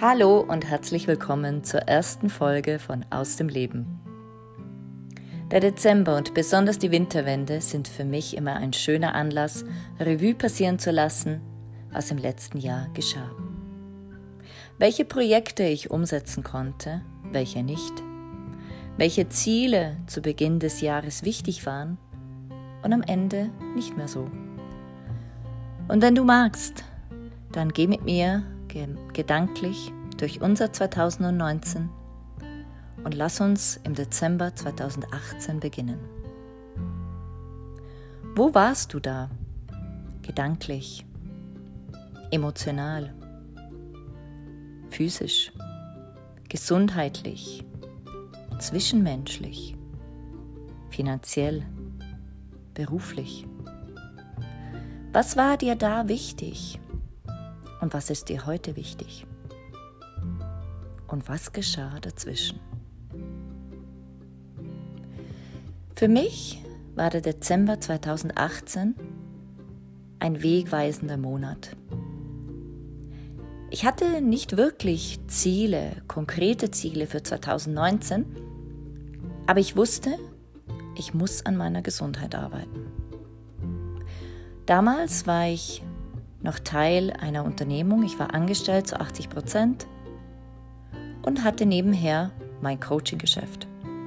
Hallo und herzlich willkommen zur ersten Folge von Aus dem Leben. Der Dezember und besonders die Winterwende sind für mich immer ein schöner Anlass, Revue passieren zu lassen, was im letzten Jahr geschah. Welche Projekte ich umsetzen konnte, welche nicht, welche Ziele zu Beginn des Jahres wichtig waren und am Ende nicht mehr so. Und wenn du magst, dann geh mit mir gedanklich durch unser 2019 und lass uns im Dezember 2018 beginnen. Wo warst du da? Gedanklich, emotional, physisch, gesundheitlich, zwischenmenschlich, finanziell, beruflich. Was war dir da wichtig? Und was ist dir heute wichtig? Und was geschah dazwischen? Für mich war der Dezember 2018 ein wegweisender Monat. Ich hatte nicht wirklich Ziele, konkrete Ziele für 2019, aber ich wusste, ich muss an meiner Gesundheit arbeiten. Damals war ich noch Teil einer Unternehmung, ich war angestellt zu 80% und hatte nebenher mein Coaching-Geschäft.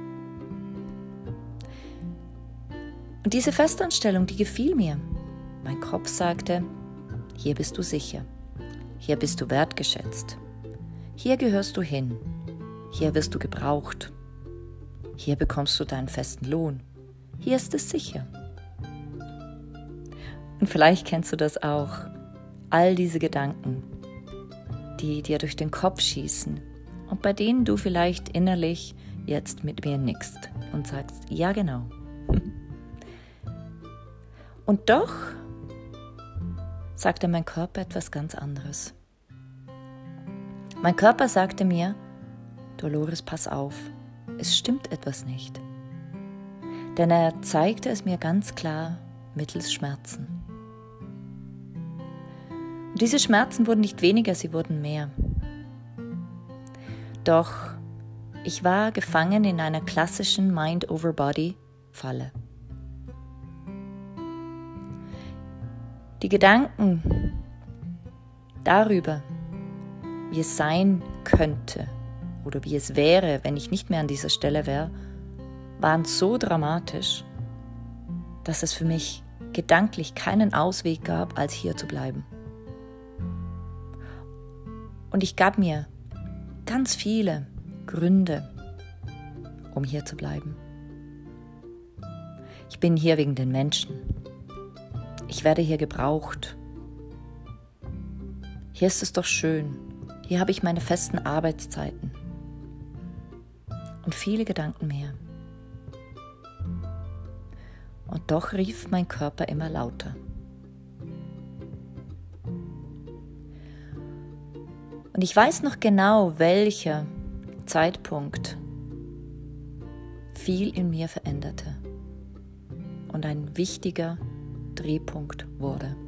Und diese Festanstellung, die gefiel mir. Mein Kopf sagte, hier bist du sicher, hier bist du wertgeschätzt, hier gehörst du hin, hier wirst du gebraucht, hier bekommst du deinen festen Lohn, hier ist es sicher. Und vielleicht kennst du das auch. All diese Gedanken, die dir durch den Kopf schießen und bei denen du vielleicht innerlich jetzt mit mir nickst und sagst, ja genau. Und doch sagte mein Körper etwas ganz anderes. Mein Körper sagte mir, Dolores, pass auf, es stimmt etwas nicht. Denn er zeigte es mir ganz klar mittels Schmerzen. Und diese Schmerzen wurden nicht weniger, sie wurden mehr. Doch ich war gefangen in einer klassischen Mind-over-Body-Falle. Die Gedanken darüber, wie es sein könnte oder wie es wäre, wenn ich nicht mehr an dieser Stelle wäre, waren so dramatisch, dass es für mich gedanklich keinen Ausweg gab, als hier zu bleiben. Und ich gab mir ganz viele Gründe, um hier zu bleiben. Ich bin hier wegen den Menschen. Ich werde hier gebraucht. Hier ist es doch schön. Hier habe ich meine festen Arbeitszeiten. Und viele Gedanken mehr. Und doch rief mein Körper immer lauter. Und ich weiß noch genau, welcher Zeitpunkt viel in mir veränderte und ein wichtiger Drehpunkt wurde.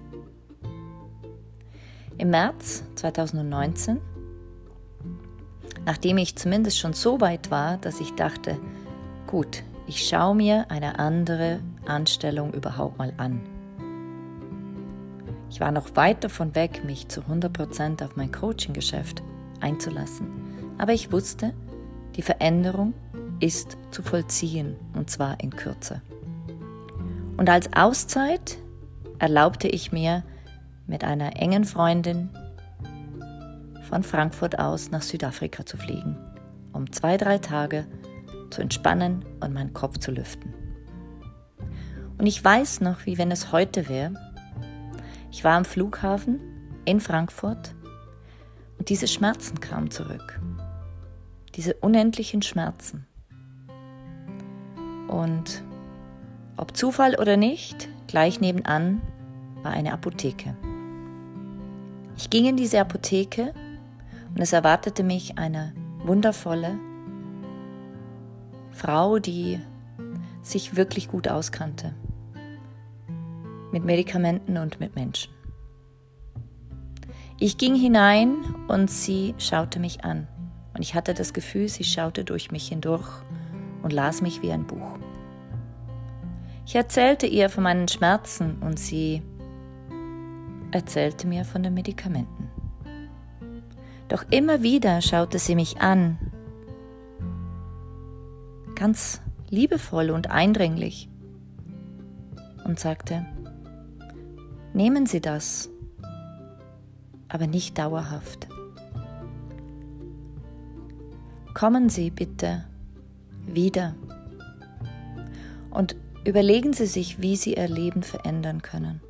Im März 2019, nachdem ich zumindest schon so weit war, dass ich dachte, gut, ich schaue mir eine andere Anstellung überhaupt mal an. Ich war noch weit davon weg, mich zu 100% auf mein Coaching-Geschäft einzulassen. Aber ich wusste, die Veränderung ist zu vollziehen, und zwar in Kürze. Und als Auszeit erlaubte ich mir, mit einer engen Freundin von Frankfurt aus nach Südafrika zu fliegen, um 2-3 Tage zu entspannen und meinen Kopf zu lüften. Und ich weiß noch, wie wenn es heute wäre. Ich war am Flughafen in Frankfurt und diese Schmerzen kamen zurück. Diese unendlichen Schmerzen. Und ob Zufall oder nicht, gleich nebenan war eine Apotheke. Ich ging in diese Apotheke und es erwartete mich eine wundervolle Frau, die sich wirklich gut auskannte. Mit Medikamenten und mit Menschen. Ich ging hinein und sie schaute mich an. Und ich hatte das Gefühl, sie schaute durch mich hindurch und las mich wie ein Buch. Ich erzählte ihr von meinen Schmerzen und sie erzählte mir von den Medikamenten. Doch immer wieder schaute sie mich an, ganz liebevoll und eindringlich, und sagte: Nehmen Sie das, aber nicht dauerhaft. Kommen Sie bitte wieder und überlegen Sie sich, wie Sie Ihr Leben verändern können.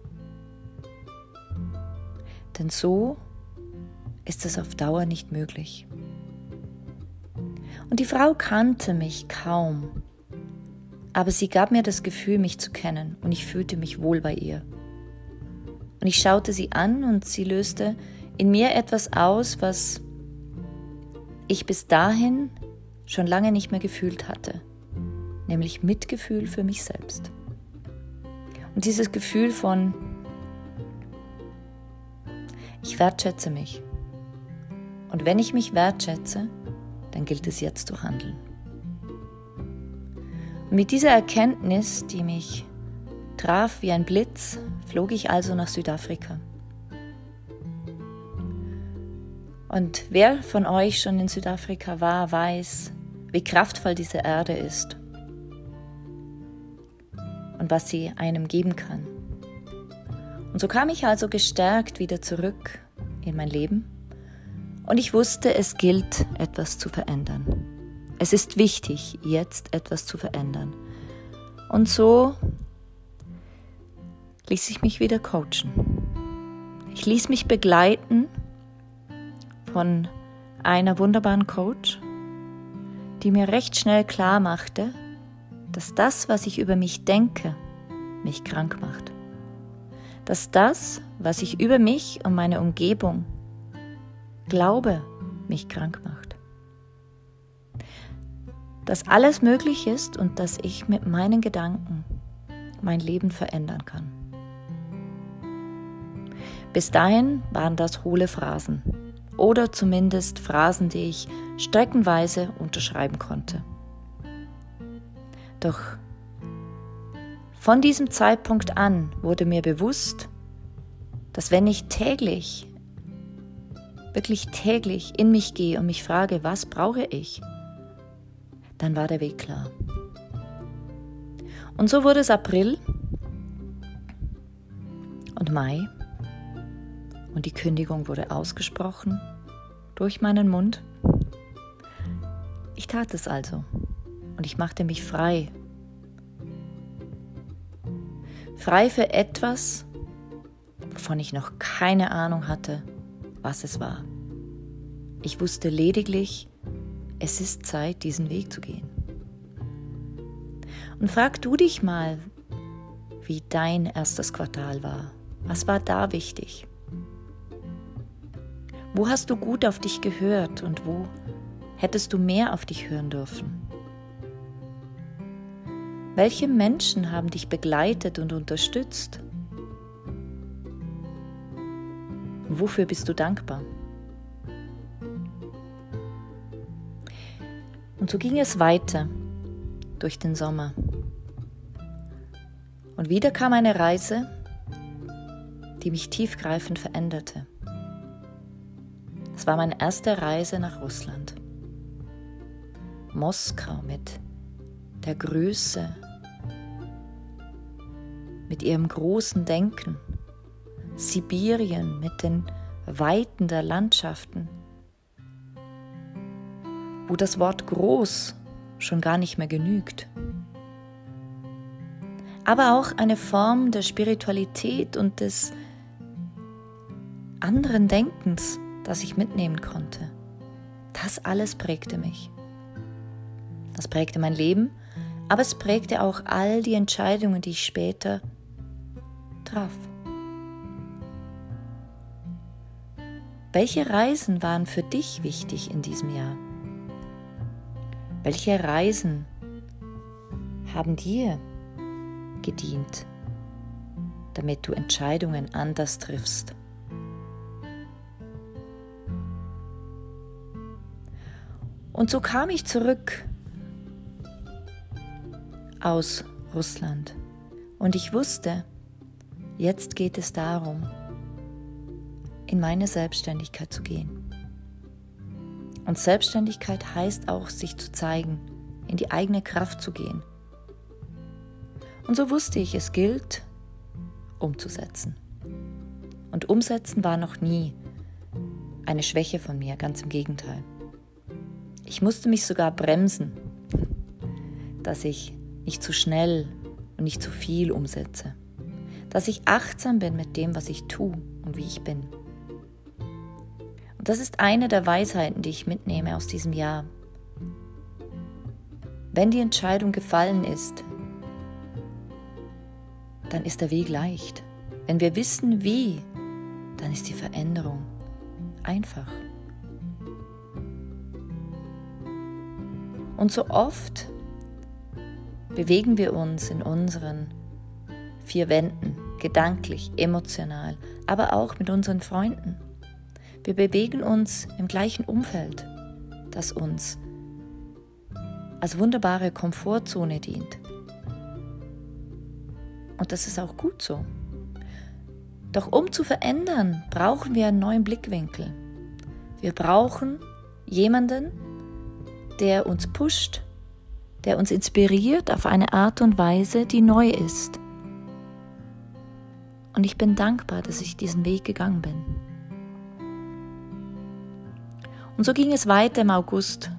Denn so ist es auf Dauer nicht möglich. Und die Frau kannte mich kaum, aber sie gab mir das Gefühl, mich zu kennen, und ich fühlte mich wohl bei ihr. Und ich schaute sie an und sie löste in mir etwas aus, was ich bis dahin schon lange nicht mehr gefühlt hatte, nämlich Mitgefühl für mich selbst. Und dieses Gefühl von: Ich wertschätze mich. Und wenn ich mich wertschätze, dann gilt es jetzt zu handeln. Und mit dieser Erkenntnis, die mich traf wie ein Blitz, flog ich also nach Südafrika. Und wer von euch schon in Südafrika war, weiß, wie kraftvoll diese Erde ist und was sie einem geben kann. Und so kam ich also gestärkt wieder zurück in mein Leben und ich wusste, es gilt, etwas zu verändern. Es ist wichtig, jetzt etwas zu verändern. Und so ließ ich mich wieder coachen. Ich ließ mich begleiten von einer wunderbaren Coach, die mir recht schnell klar machte, dass das, was ich über mich denke, mich krank macht. Dass das, was ich über mich und meine Umgebung glaube, mich krank macht. Dass alles möglich ist und dass ich mit meinen Gedanken mein Leben verändern kann. Bis dahin waren das hohle Phrasen oder zumindest Phrasen, die ich streckenweise unterschreiben konnte. Doch von diesem Zeitpunkt an wurde mir bewusst, dass wenn ich täglich, wirklich täglich in mich gehe und mich frage, was brauche ich, dann war der Weg klar. Und so wurde es April und Mai und die Kündigung wurde ausgesprochen durch meinen Mund. Ich tat es also und ich machte mich frei. Frei für etwas, wovon ich noch keine Ahnung hatte, was es war. Ich wusste lediglich, es ist Zeit, diesen Weg zu gehen. Und frag du dich mal, wie dein erstes Quartal war. Was war da wichtig? Wo hast du gut auf dich gehört und wo hättest du mehr auf dich hören dürfen? Welche Menschen haben dich begleitet und unterstützt? Und wofür bist du dankbar? Und so ging es weiter durch den Sommer. Und wieder kam eine Reise, die mich tiefgreifend veränderte. Es war meine erste Reise nach Russland. Moskau mit der Größe, mit ihrem großen Denken, Sibirien mit den Weiten der Landschaften, wo das Wort groß schon gar nicht mehr genügt. Aber auch eine Form der Spiritualität und des anderen Denkens, das ich mitnehmen konnte. Das alles prägte mich. Das prägte mein Leben, aber es prägte auch all die Entscheidungen, die ich später traf. Welche Reisen waren für dich wichtig in diesem Jahr? Welche Reisen haben dir gedient, damit du Entscheidungen anders triffst? Und so kam ich zurück aus Russland und ich wusste, jetzt geht es darum, in meine Selbstständigkeit zu gehen. Und Selbstständigkeit heißt auch, sich zu zeigen, in die eigene Kraft zu gehen. Und so wusste ich, es gilt, umzusetzen. Und umsetzen war noch nie eine Schwäche von mir, ganz im Gegenteil. Ich musste mich sogar bremsen, dass ich nicht zu schnell und nicht zu viel umsetze. Dass ich achtsam bin mit dem, was ich tue und wie ich bin. Und das ist eine der Weisheiten, die ich mitnehme aus diesem Jahr. Wenn die Entscheidung gefallen ist, dann ist der Weg leicht. Wenn wir wissen, wie, dann ist die Veränderung einfach. Und so oft bewegen wir uns in unseren 4 Wänden, gedanklich, emotional, aber auch mit unseren Freunden. Wir bewegen uns im gleichen Umfeld, das uns als wunderbare Komfortzone dient. Und das ist auch gut so. Doch um zu verändern, brauchen wir einen neuen Blickwinkel. Wir brauchen jemanden, der uns pusht, der uns inspiriert auf eine Art und Weise, die neu ist. Und ich bin dankbar, dass ich diesen Weg gegangen bin. Und so ging es weiter im August.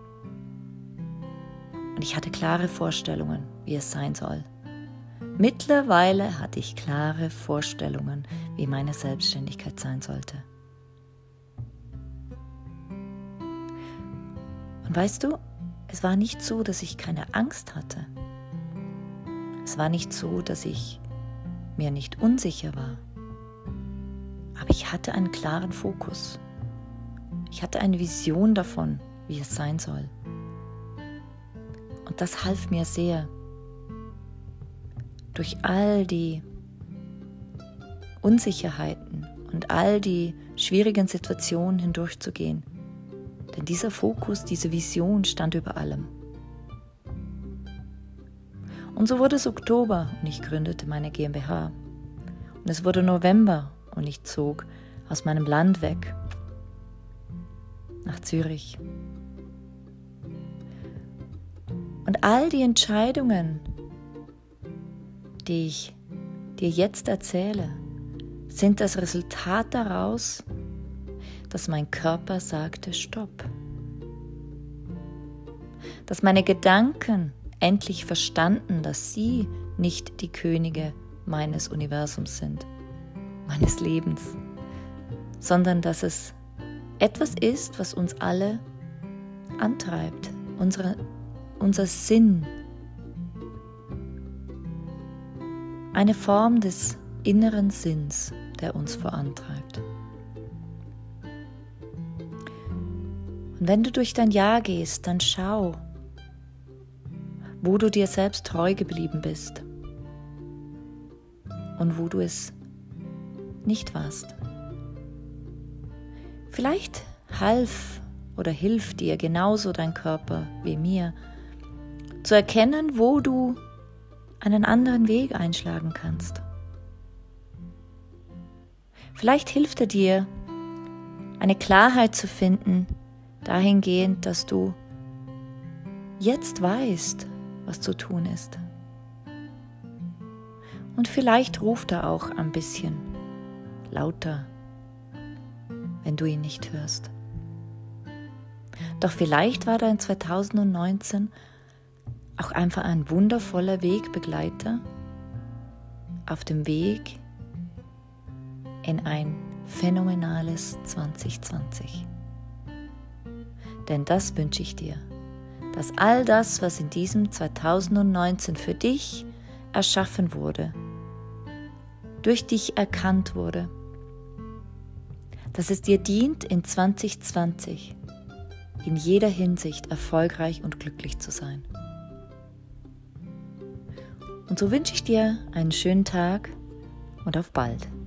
Und ich hatte klare Vorstellungen, wie es sein soll. Mittlerweile hatte ich klare Vorstellungen, wie meine Selbstständigkeit sein sollte. Und weißt du, es war nicht so, dass ich keine Angst hatte. Es war nicht so, dass ich mir nicht unsicher war. Aber ich hatte einen klaren Fokus. Ich hatte eine Vision davon, wie es sein soll. Und das half mir sehr, durch all die Unsicherheiten und all die schwierigen Situationen hindurchzugehen. Denn dieser Fokus, diese Vision stand über allem. Und so wurde es Oktober und ich gründete meine GmbH. Und es wurde November und ich zog aus meinem Land weg nach Zürich. Und all die Entscheidungen, die ich dir jetzt erzähle, sind das Resultat daraus, dass mein Körper sagte, stopp. Dass meine Gedanken endlich verstanden, dass sie nicht die Könige meines Universums sind, meines Lebens, sondern dass es etwas ist, was uns alle antreibt, unser Sinn, eine Form des inneren Sinns, der uns vorantreibt. Und wenn du durch dein Jahr gehst, dann schau, wo du dir selbst treu geblieben bist und wo du es nicht warst. Vielleicht half oder hilft dir genauso dein Körper wie mir, zu erkennen, wo du einen anderen Weg einschlagen kannst. Vielleicht hilft er dir, eine Klarheit zu finden, dahingehend, dass du jetzt weißt, was zu tun ist. Und vielleicht ruft er auch ein bisschen lauter, wenn du ihn nicht hörst. Doch vielleicht war dein 2019 auch einfach ein wundervoller Wegbegleiter auf dem Weg in ein phänomenales 2020. Denn das wünsche ich dir, dass all das, was in diesem 2019 für dich erschaffen wurde, durch dich erkannt wurde, dass es dir dient, in 2020 in jeder Hinsicht erfolgreich und glücklich zu sein. Und so wünsche ich dir einen schönen Tag und auf bald.